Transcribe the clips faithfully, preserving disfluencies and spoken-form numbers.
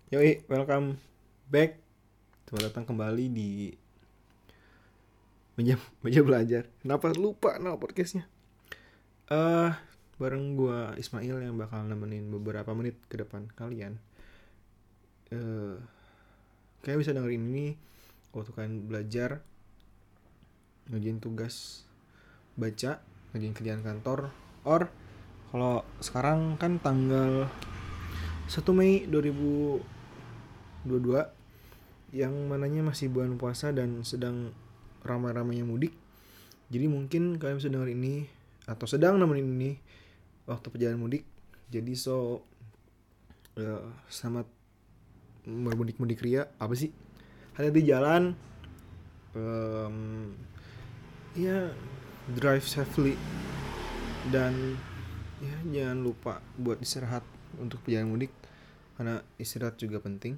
Yoi, welcome back. Selamat datang kembali di meja meja belajar. Kenapa lupa nama podcastnya? Eh, uh, bareng gua Ismail yang bakal nemenin beberapa menit ke depan kalian. Eh, uh, kayak bisa dengerin ini waktu kalian belajar, ngerjain tugas, baca, ngerjain kerjaan kantor, or kalau sekarang kan tanggal satu Mei dua ribu dua puluh dua yang mananya masih bulan puasa dan sedang ramai-ramainya mudik. Jadi mungkin kalian bisa dengar ini atau sedang nemenin ini waktu perjalanan mudik. Jadi so uh, selamat bermudik-mudik ria. Apa sih? Hati-hati jalan. Um, ya drive safely dan ya jangan lupa buat istirahat untuk perjalanan mudik karena istirahat juga penting.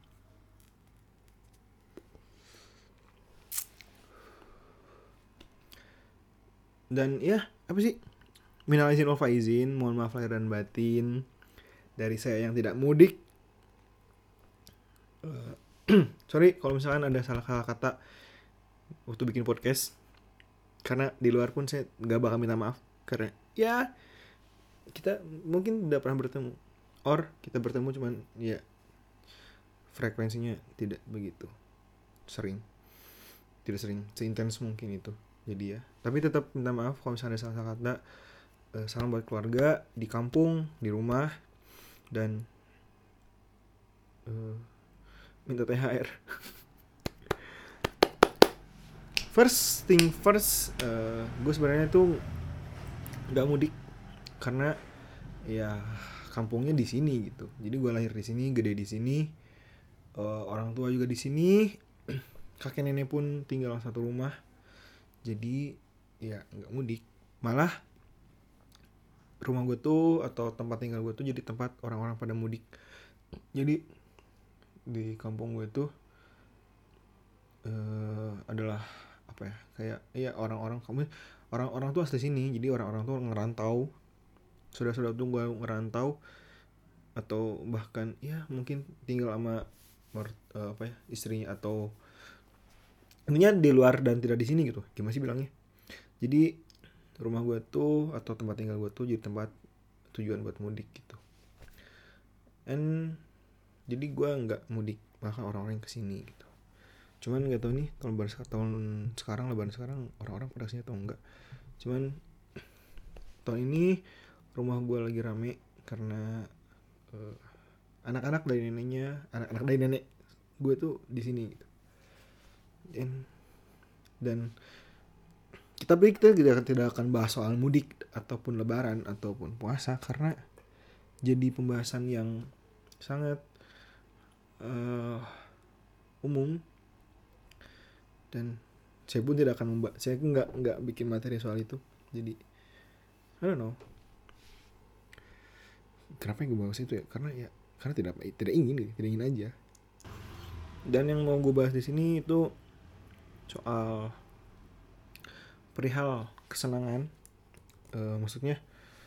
Dan ya apa sih, minal aidin wal faizin, mohon maaf lahir dan batin dari saya yang tidak mudik. uh, sorry kalau misalkan ada salah-salah kata waktu bikin podcast, karena di luar pun saya nggak bakal minta maaf karena ya kita mungkin tidak pernah bertemu, or kita bertemu cuman ya frekuensinya tidak begitu sering, tidak sering seintens mungkin itu. Jadi ya, tapi tetap minta maaf kalau misalnya ada salah kata. Uh, salam buat keluarga di kampung, di rumah, dan uh, minta T H R. First thing first, uh, gue sebenarnya tuh nggak mudik karena ya kampungnya di sini gitu. Jadi gue lahir di sini, gede di sini, uh, orang tua juga di sini, kakek nenek pun tinggal satu rumah. Jadi ya nggak mudik, malah rumah gue tuh atau tempat tinggal gue tuh jadi tempat orang-orang pada mudik. Jadi di kampung gue tuh uh, adalah apa ya, kayak ya orang-orang kamu orang-orang tuh asli sini. Jadi orang-orang tuh ngerantau, saudara-saudara tuh gue ngerantau atau bahkan ya mungkin tinggal sama uh, apa ya istrinya atau intinya di luar dan tidak di sini gitu, gimana sih bilangnya. Jadi rumah gue tuh atau tempat tinggal gue tuh jadi tempat tujuan buat mudik gitu. And jadi gue nggak mudik, maka orang-orang yang kesini gitu. Cuman nggak tahu nih kalau lebaran tahun sekarang lebaran sekarang orang-orang pada kesini atau enggak. Cuman tahun ini rumah gue lagi rame karena uh, anak-anak dari neneknya, anak-anak dari nenek gue tuh di sini gitu. Dan, dan kita kita tidak tidak akan bahas soal mudik ataupun lebaran ataupun puasa karena jadi pembahasan yang sangat uh, umum dan saya pun tidak akan membahas, saya nggak nggak bikin materi soal itu. Jadi I don't know kenapa yang gue bahas itu ya, karena ya karena tidak tidak ingin tidak ingin aja. Dan yang mau gue bahas di sini itu soal perihal kesenangan. Uh, maksudnya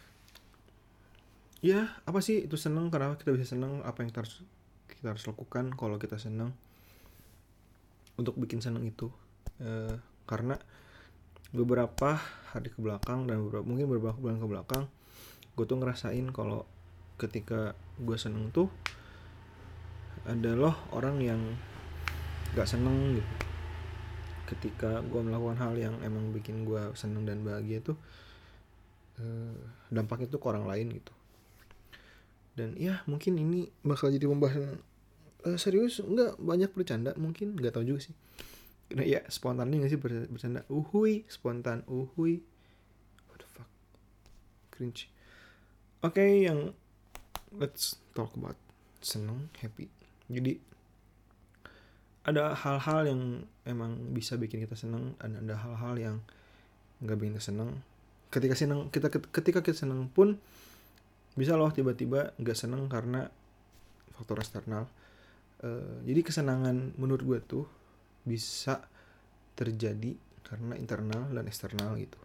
ya apa sih itu senang, kenapa kita bisa senang, apa yang kita harus kita harus lakukan kalau kita senang untuk bikin senang itu. Uh, karena beberapa hari ke belakang dan beberapa, mungkin beberapa bulan ke belakang gue tuh ngerasain kalau ketika gue seneng tuh ada loh orang yang gak seneng gitu. Ketika gue melakukan hal yang emang bikin gue seneng dan bahagia tuh eh, dampaknya tuh ke orang lain gitu. Dan ya mungkin ini bakal jadi pembahasan eh, serius, enggak banyak bercanda mungkin, nggak tahu juga sih. Nah ya spontan nih nggak sih bercanda, uhui spontan uhui, what the fuck, cringe. Oke, okay, yang let's talk about seneng, happy. Jadi ada hal-hal yang emang bisa bikin kita seneng, dan ada hal-hal yang nggak bikin kita seneng. Ketika seneng kita ketika kita seneng pun bisa loh tiba-tiba nggak seneng karena faktor eksternal. Uh, jadi kesenangan menurut gue tuh bisa terjadi karena internal dan eksternal gitu.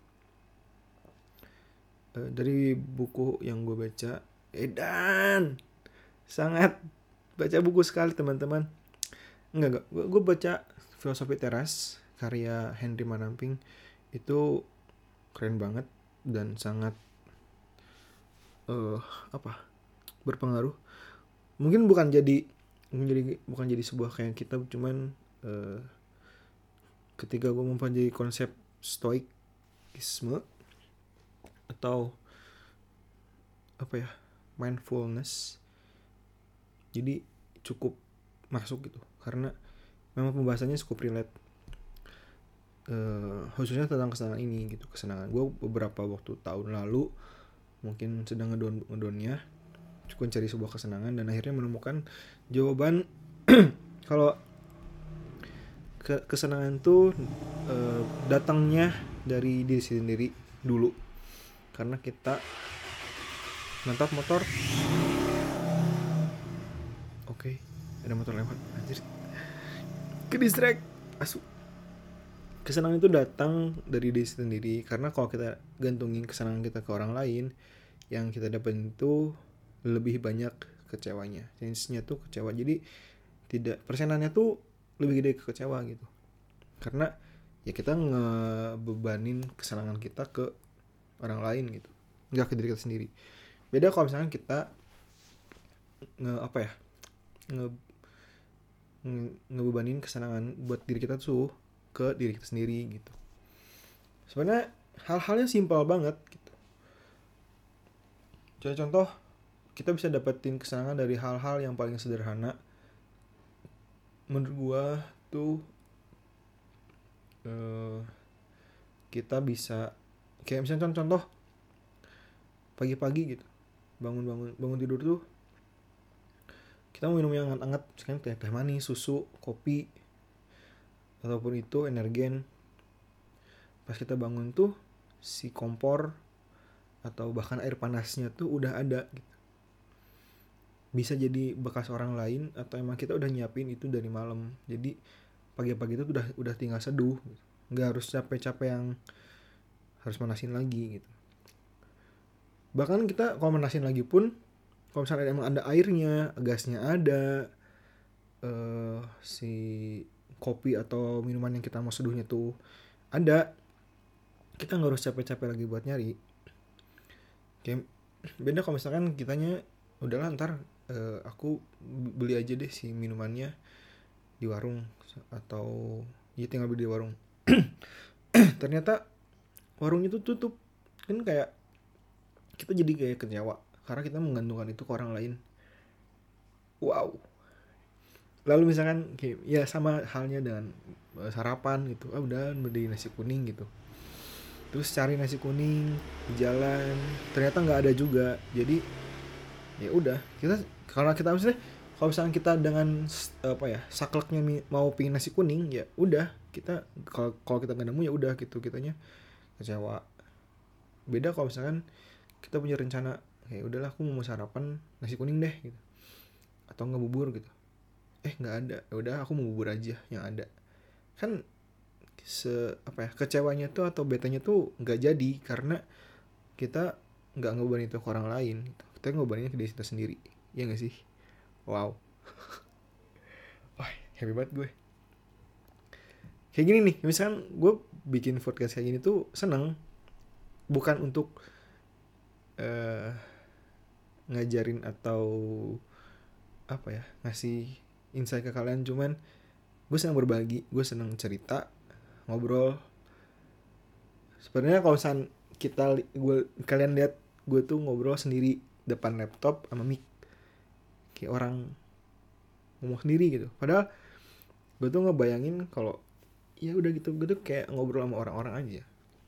Uh, dari buku yang gue baca, edan sangat baca buku sekali teman-teman. Enggak, enggak. Gue baca Filosofi Teras karya Henry Manamping. Itu keren banget dan sangat uh, apa berpengaruh. Mungkin bukan jadi menjadi bukan jadi sebuah kayak kitab, cuman uh, ketika gue mempelajari konsep stoikisme atau apa ya, mindfulness, jadi cukup masuk gitu karena memang pembahasannya cukup relate, uh, khususnya tentang kesenangan ini gitu. Kesenangan gue beberapa waktu tahun lalu mungkin sedang ngedon ngedonnya cukup cari sebuah kesenangan dan akhirnya menemukan jawaban kalau ke kesenangan tuh uh, datangnya dari diri sendiri dulu, karena kita mantap motor. Oke, okay, ada motor lewat, anjir, ke distract asu. Kesenangan itu datang dari diri sendiri, karena kalau kita gantungin kesenangan kita ke orang lain, yang kita dapat itu lebih banyak kecewanya. Chance-nya tuh kecewa. Jadi tidak, persenannya tuh lebih gede ke kecewa gitu. Karena ya kita ngebebanin kesenangan kita ke orang lain gitu, nggak ke diri kita sendiri. Beda kalau misalkan kita nge apa ya nge, nge ngebebanin kesenangan buat diri kita tuh ke diri kita sendiri gitu. Sebenarnya hal-halnya simpel banget gitu. Contoh, kita bisa dapetin kesenangan dari hal-hal yang paling sederhana. Menurut gua tuh uh, kita bisa kayak misalnya contoh pagi-pagi gitu, bangun-bangun bangun tidur tuh kita mau minum yang hangat-hangat, misalkan teh teh manis, susu, kopi, ataupun itu energen. Pas kita bangun tuh si kompor atau bahkan air panasnya tuh udah ada gitu. Bisa jadi bekas orang lain atau emang kita udah nyiapin itu dari malam. Jadi pagi-pagi itu udah udah tinggal seduh gitu. Nggak harus capek-capek yang harus manasin lagi gitu. Bahkan kita kalau manasin lagi pun, kalau misalnya emang ada airnya, gasnya ada, uh, si kopi atau minuman yang kita mau seduhnya tuh ada, kita nggak harus capek-capek lagi buat nyari. Kayak beda kalau misalkan kitanya udahlah ntar uh, aku beli aja deh si minumannya di warung, atau ya tinggal beli di warung. Ternyata warungnya tuh tutup, kan kayak kita jadi kayak kecewa karena kita menggantungkan itu ke orang lain. Wow. Lalu misalkan kayak ya sama halnya dengan uh, sarapan gitu, ah udah beli nasi kuning gitu, terus cari nasi kuning di jalan, ternyata nggak ada juga. Jadi ya udah, kita karena kita misalnya kalau misalnya kita dengan apa ya sakleknya mau pingin nasi kuning, ya udah kita kalau kalau kita nggak nemu ya udah gitu, kitanya kecewa. Beda kalau misalkan kita punya rencana kayak udahlah aku mau sarapan nasi kuning deh gitu, atau nggak bubur gitu, eh nggak ada, ya udah aku mau bubur aja yang ada. Kan se apa ya kecewanya tuh atau betanya tuh nggak jadi karena kita nggak ngebebanin itu ke orang lain gitu. Kita ngebebaninnya ke diri kita sendiri, ya nggak sih? Wow. Wah, happy banget gue kayak gini nih. Misalkan gue bikin podcast kayak gini tuh seneng, bukan untuk uh, ngajarin atau apa ya ngasih insight ke kalian, cuman gue senang berbagi, gue senang cerita, ngobrol. Sebenarnya kalau misalkan kita gue kalian lihat gue tuh ngobrol sendiri depan laptop sama mic kayak orang ngomong sendiri gitu, padahal gue tuh ngebayangin kalau ya udah gitu, gue tuh kayak ngobrol sama orang-orang aja.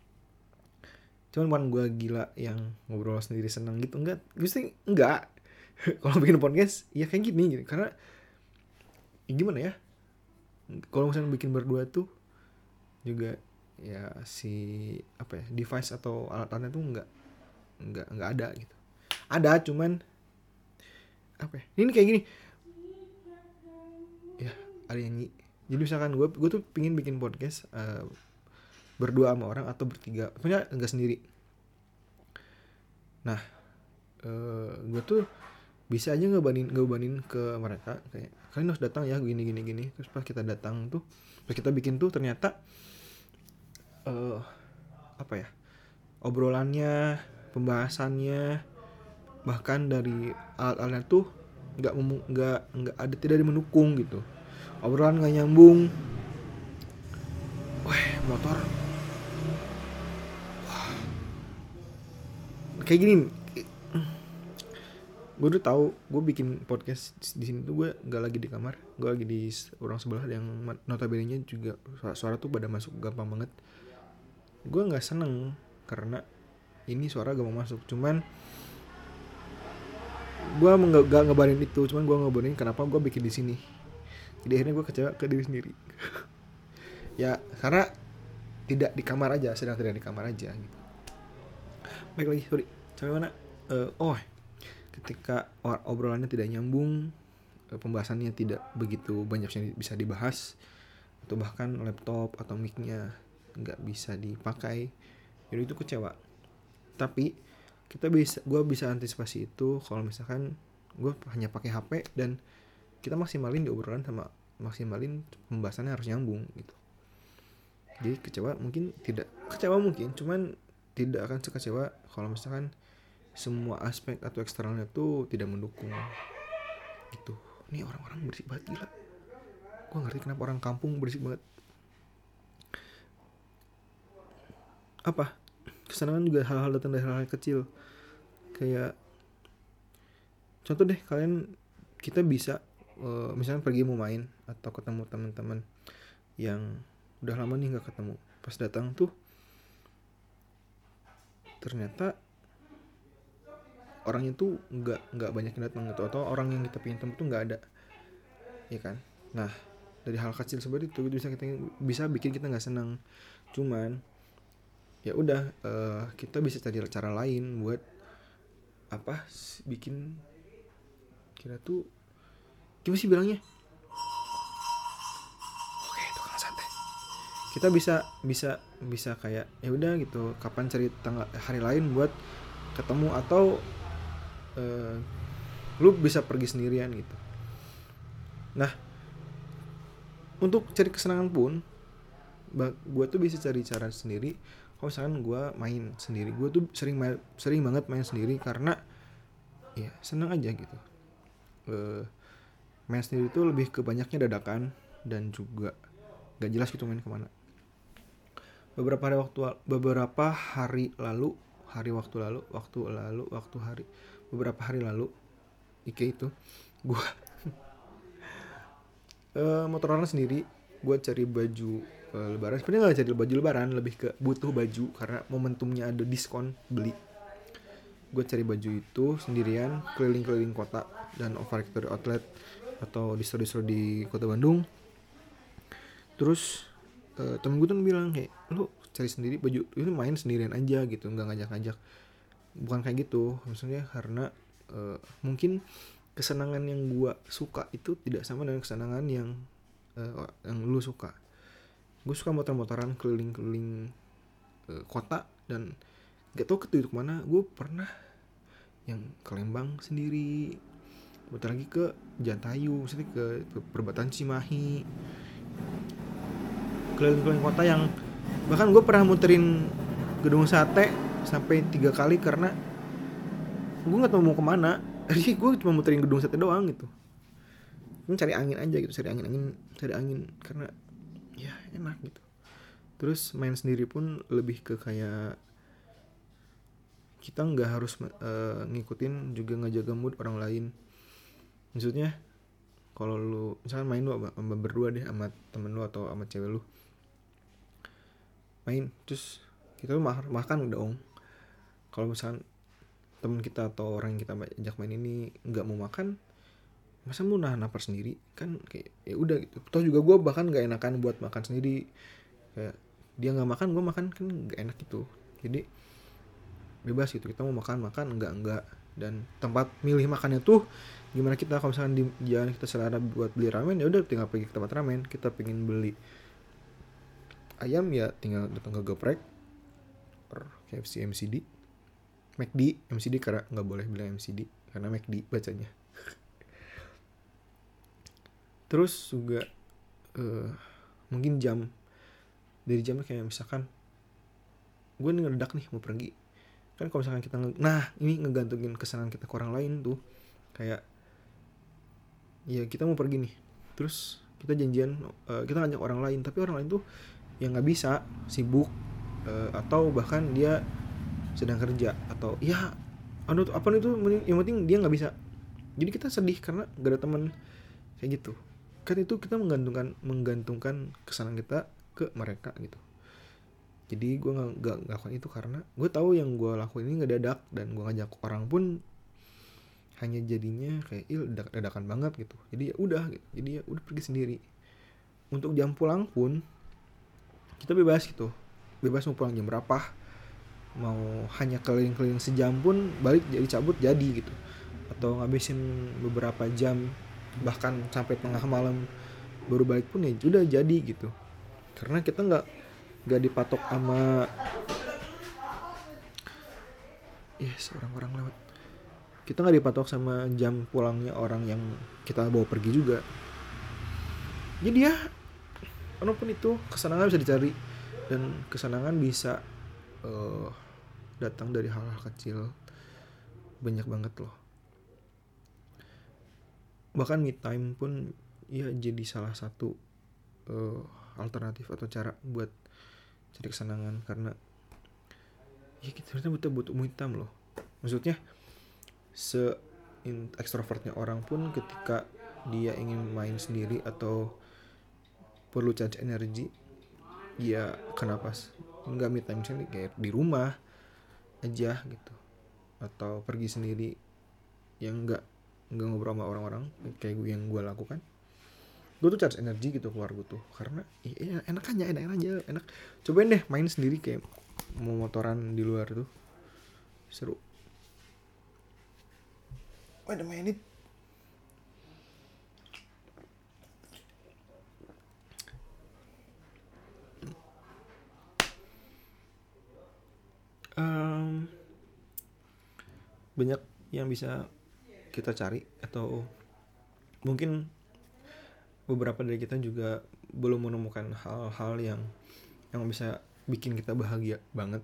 Cuman bukan gue gila yang ngobrol sendiri seneng gitu, enggak, gue sih enggak. Kalau bikin podcast ya kayak gini gitu, karena ya gimana ya, kalau misalnya bikin berdua tuh juga ya si apa ya device atau alat-alatnya tuh enggak enggak enggak ada gitu. Ada cuman apa ya, ini kayak gini ya, ada nyanyi. Jadi misalkan gue gue tuh pingin bikin podcast uh, berdua sama orang atau bertiga, punya enggak sendiri. Nah uh, gue tuh bisa aja ngebanin ngebanin ke mereka kayak kalian harus datang ya gini gini gini. Terus pas kita datang tuh, pas kita bikin tuh ternyata uh, apa ya, obrolannya, pembahasannya, bahkan dari alat-alatnya tuh nggak nggak nggak ada, tidak ada mendukung gitu. Obrolan nggak nyambung. Wah, motor wah, kayak gini. Gue udah tahu gue bikin podcast di sini tuh gue nggak lagi di kamar, gue lagi di orang sebelah yang notabene-nya juga suara, suara tuh pada masuk gampang banget. Gue nggak seneng karena ini suara gak mau masuk, cuman gue nggak ngebarin itu, cuman gue ngebarin kenapa gue bikin di sini. Jadi akhirnya gue kecewa ke diri sendiri. Ya karena tidak di kamar aja, sedang tidak di kamar aja gitu. Baik lagi, sorry, sampai mana? Uh, oh, ketika obrolannya tidak nyambung, pembahasannya tidak begitu banyak yang bisa dibahas, atau bahkan laptop atau mic-nya nggak bisa dipakai, jadi itu kecewa. Tapi kita bisa, gue bisa antisipasi itu kalau misalkan gue hanya pakai H P dan kita maksimalin di obrolan sama maksimalin pembahasannya harus nyambung gitu. Jadi kecewa mungkin tidak, kecewa mungkin, cuman tidak akan sekecewa kalau misalkan semua aspek atau eksternalnya tuh tidak mendukung gitu. Ini orang-orang berisik banget, gila. Gue ngerti kenapa orang kampung berisik banget. Apa? Kesenangan juga hal-hal datang dari hal-hal kecil. Kayak contoh deh, kalian, kita bisa uh, misalnya pergi mau main atau ketemu teman-teman yang udah lama nih nggak ketemu. Pas datang tuh ternyata orangnya tuh nggak nggak banyak yang datang gitu, atau orang yang kita pengen temu tuh nggak ada, ya kan? Nah dari hal kecil seperti itu bisa kita bisa bikin kita nggak senang. Cuman ya udah, uh, kita bisa cari cara lain buat apa bikin kira tuh gimana sih bilangnya? Oke, tukang sate. Kita bisa bisa bisa kayak ya udah gitu, kapan cari tanggal hari lain buat ketemu, atau uh, lu bisa pergi sendirian gitu. Nah untuk cari kesenangan pun gue tuh bisa cari cara sendiri. Kalau misalkan gue main sendiri, gue tuh sering main, sering banget main sendiri karena ya seneng aja gitu. Uh, main sendiri tuh lebih ke banyaknya dadakan dan juga gak jelas gitu main kemana. Beberapa hari waktu beberapa hari lalu, hari waktu lalu, waktu lalu, waktu hari, beberapa hari lalu, Ike itu, gue uh, motoran sendiri, gue cari baju uh, lebaran. Sebenarnya nggak cari baju lebaran, lebih ke butuh baju karena momentumnya ada diskon beli. Gue cari baju itu sendirian, keliling-keliling kota dan factory outlet atau distro-distro di kota Bandung. Terus uh, temen gue tuh bilang kayak, lu cari sendiri baju itu, main sendirian aja gitu, nggak ngajak-ngajak. Bukan kayak gitu, maksudnya karena uh, mungkin kesenangan yang gue suka itu tidak sama dengan kesenangan yang uh, yang lu suka. Gue suka motor-motoran keliling-keliling uh, kota dan gak tau ke mana. Gue pernah yang ke Lembang sendiri, bentar lagi ke Jantayu, misalnya ke, ke perbatasan Cimahi, keliling-keliling kota yang bahkan gue pernah muterin gedung sate sampai tiga kali karena gue nggak tahu mau kemana. Jadi gue cuma muterin gedung sate doang gitu, cari angin aja gitu, cari angin angin cari angin karena ya enak gitu. Terus main sendiri pun lebih ke kayak kita nggak harus uh, ngikutin juga ngejaga mood orang lain. Maksudnya kalau lu misalnya main lu sama berdua deh sama temen lu atau sama cewek lu main, terus kita tuh makan udah dong. Kalau misalnya temen kita atau orang yang kita ajak main ini nggak mau makan, masa mau nahan lapar sendiri kan, kayak ya udah gitu. Toh juga gue bahkan nggak enakan buat makan sendiri, kayak dia nggak makan gue makan kan nggak enak gitu. Jadi bebas gitu, kita mau makan makan enggak enggak. Dan tempat milih makannya tuh gimana kita, kalau misalkan di jalan kita selera buat beli ramen ya udah tinggal pergi ke tempat ramen. Kita pengen beli ayam ya tinggal datang ke geprek or K F C, M C D, McD, M C D karena nggak boleh bilang M C D karena McD bacanya. Terus juga uh, mungkin jam, dari jamnya kayak misalkan gue nih ngedadak nih mau pergi, kan kalau misalkan kita nge- nah ini ngegantungin kesenangan kita ke orang lain tuh, kayak ya kita mau pergi nih, terus kita janjian, uh, kita ngajak orang lain, tapi orang lain tuh yang nggak bisa, sibuk, uh, atau bahkan dia sedang kerja, atau ya anu apa itu, yang penting dia nggak bisa, jadi kita sedih karena gak ada teman kayak gitu kan. Itu kita menggantungkan menggantungkan kesenangan kita ke mereka gitu. Jadi gue nggak nggak ngelakuin itu karena gue tahu yang gue lakuin ini ngedadak, dan gue ngajak orang pun hanya jadinya kayak il dadak dadakan banget gitu. Jadi ya udah gitu, jadi ya udah pergi sendiri. Untuk jam pulang pun kita bebas gitu, bebas mau pulang jam berapa, mau hanya keliling-keliling sejam pun balik jadi cabut jadi gitu, atau ngabisin beberapa jam bahkan sampai tengah malam baru balik pun ya udah jadi gitu. Karena kita nggak nggak dipatok sama yes orang-orang lewat, kita nggak dipatok sama jam pulangnya orang yang kita bawa pergi juga. Jadi ya walaupun itu kesenangan bisa dicari, dan kesenangan bisa uh, datang dari hal-hal kecil, banyak banget loh. Bahkan me time pun ya jadi salah satu uh, alternatif atau cara buat cari kesenangan, karena ya kita sebenarnya butuh butuh me time loh. Maksudnya se extrovertnya orang pun ketika dia ingin main sendiri atau perlu charge energi, ya kenapa nggak me time sendiri, kayak di rumah aja gitu, atau pergi sendiri yang nggak nggak ngobrol sama orang-orang kayak gue yang gue lakukan. Gue tuh charge energi gitu keluar gue tuh, karena ya, enak aja enak aja enak. Cobain deh main sendiri kayak mau motoran di luar tuh seru. Wait a minute. Um, banyak yang bisa kita cari, atau mungkin beberapa dari kita juga belum menemukan hal-hal yang yang bisa bikin kita bahagia banget.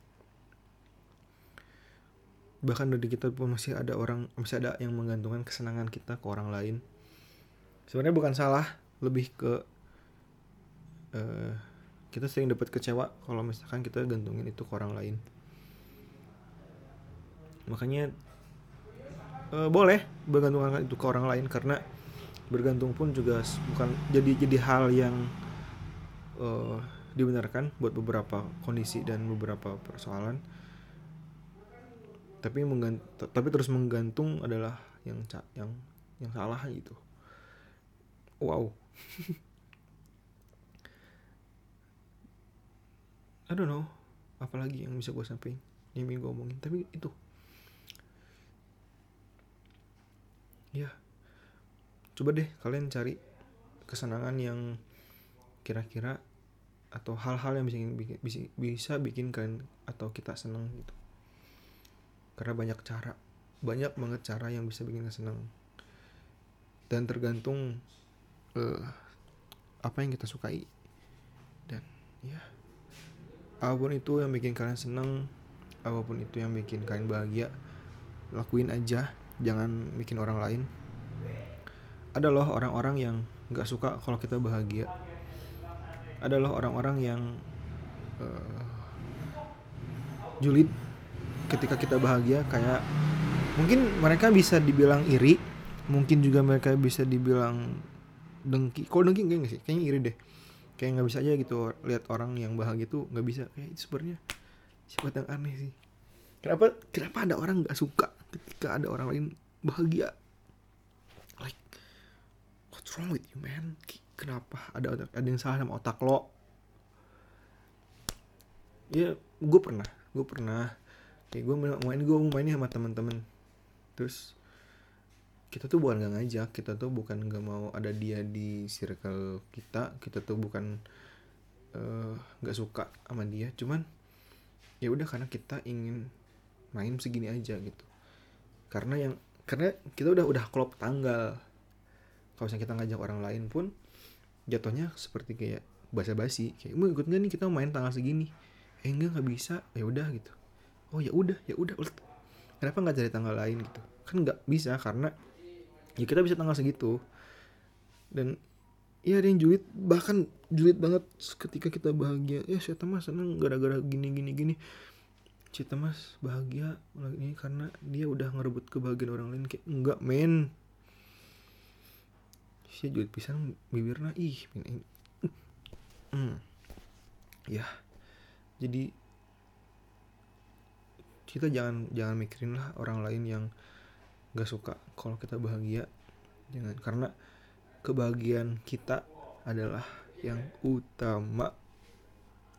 Bahkan dari kita pun masih ada orang, masih ada yang menggantungkan kesenangan kita ke orang lain. Sebenarnya bukan salah, lebih ke uh, kita sering dapat kecewa kalau misalkan kita gantungin itu ke orang lain. Makanya uh, boleh bergantungkan itu ke orang lain, karena bergantung pun juga bukan jadi jadi hal yang uh, dibenarkan buat beberapa kondisi dan beberapa persoalan. Tapi menggant- tapi terus menggantung adalah yang ca- yang yang salah gitu. Wow. I don't know apalagi yang bisa gue sampaikan yang ingin gue omongin, tapi itu ya coba deh kalian cari kesenangan yang kira-kira atau hal-hal yang bisa bikin, bisa, bisa bikin kalian atau kita senang gitu. Karena banyak cara, banyak banget cara yang bisa bikin kita senang, dan tergantung uh, apa yang kita sukai. Dan ya apapun itu yang bikin kalian senang, apapun itu yang bikin kalian bahagia, lakuin aja, jangan bikin orang lain. Ada loh orang-orang yang gak suka kalau kita bahagia. Ada loh orang-orang yang uh, julid ketika kita bahagia, kayak mungkin mereka bisa dibilang iri, mungkin juga mereka bisa dibilang dengki. Kalau dengki enggak sih, kayaknya iri deh. Kayak nggak bisa aja gitu lihat orang yang bahagia tuh nggak bisa. Kayak itu sebenarnya sifat yang aneh sih. Kenapa kenapa ada orang nggak suka ketika ada orang lain bahagia? Like what's wrong with you man? Kenapa ada ada yang salah sama otak lo? Ya gue pernah gue pernah kayak gue main gue mainnya sama teman-teman, terus kita tuh bukan gak ngajak, kita tuh bukan gak mau ada dia di circle kita, kita tuh bukan uh, gak suka sama dia, cuman ya udah karena kita ingin main segini aja gitu. Karena yang karena kita udah udah klop tanggal, kalau misalnya kita ngajak orang lain pun jatuhnya seperti kayak basa-basi, kayak mau ikut nggak nih kita main tanggal segini, eh enggak nggak bisa, ya udah gitu. Oh ya udah ya udah, kenapa nggak cari tanggal lain gitu kan? Nggak bisa, karena ya kita bisa tanggal segitu. Dan ya ada yang julid, bahkan julid banget ketika kita bahagia, ya saya mas seneng gara-gara gini gini gini, Cita mas bahagia ini karena dia udah ngerebut kebahagiaan orang lain. Kayak enggak men, saya julid pisan bibirna ih ini. Hmm. Ya jadi kita jangan jangan mikirin lah orang lain yang nggak suka kalau kita bahagia. Jangan, karena kebahagiaan kita adalah yang utama.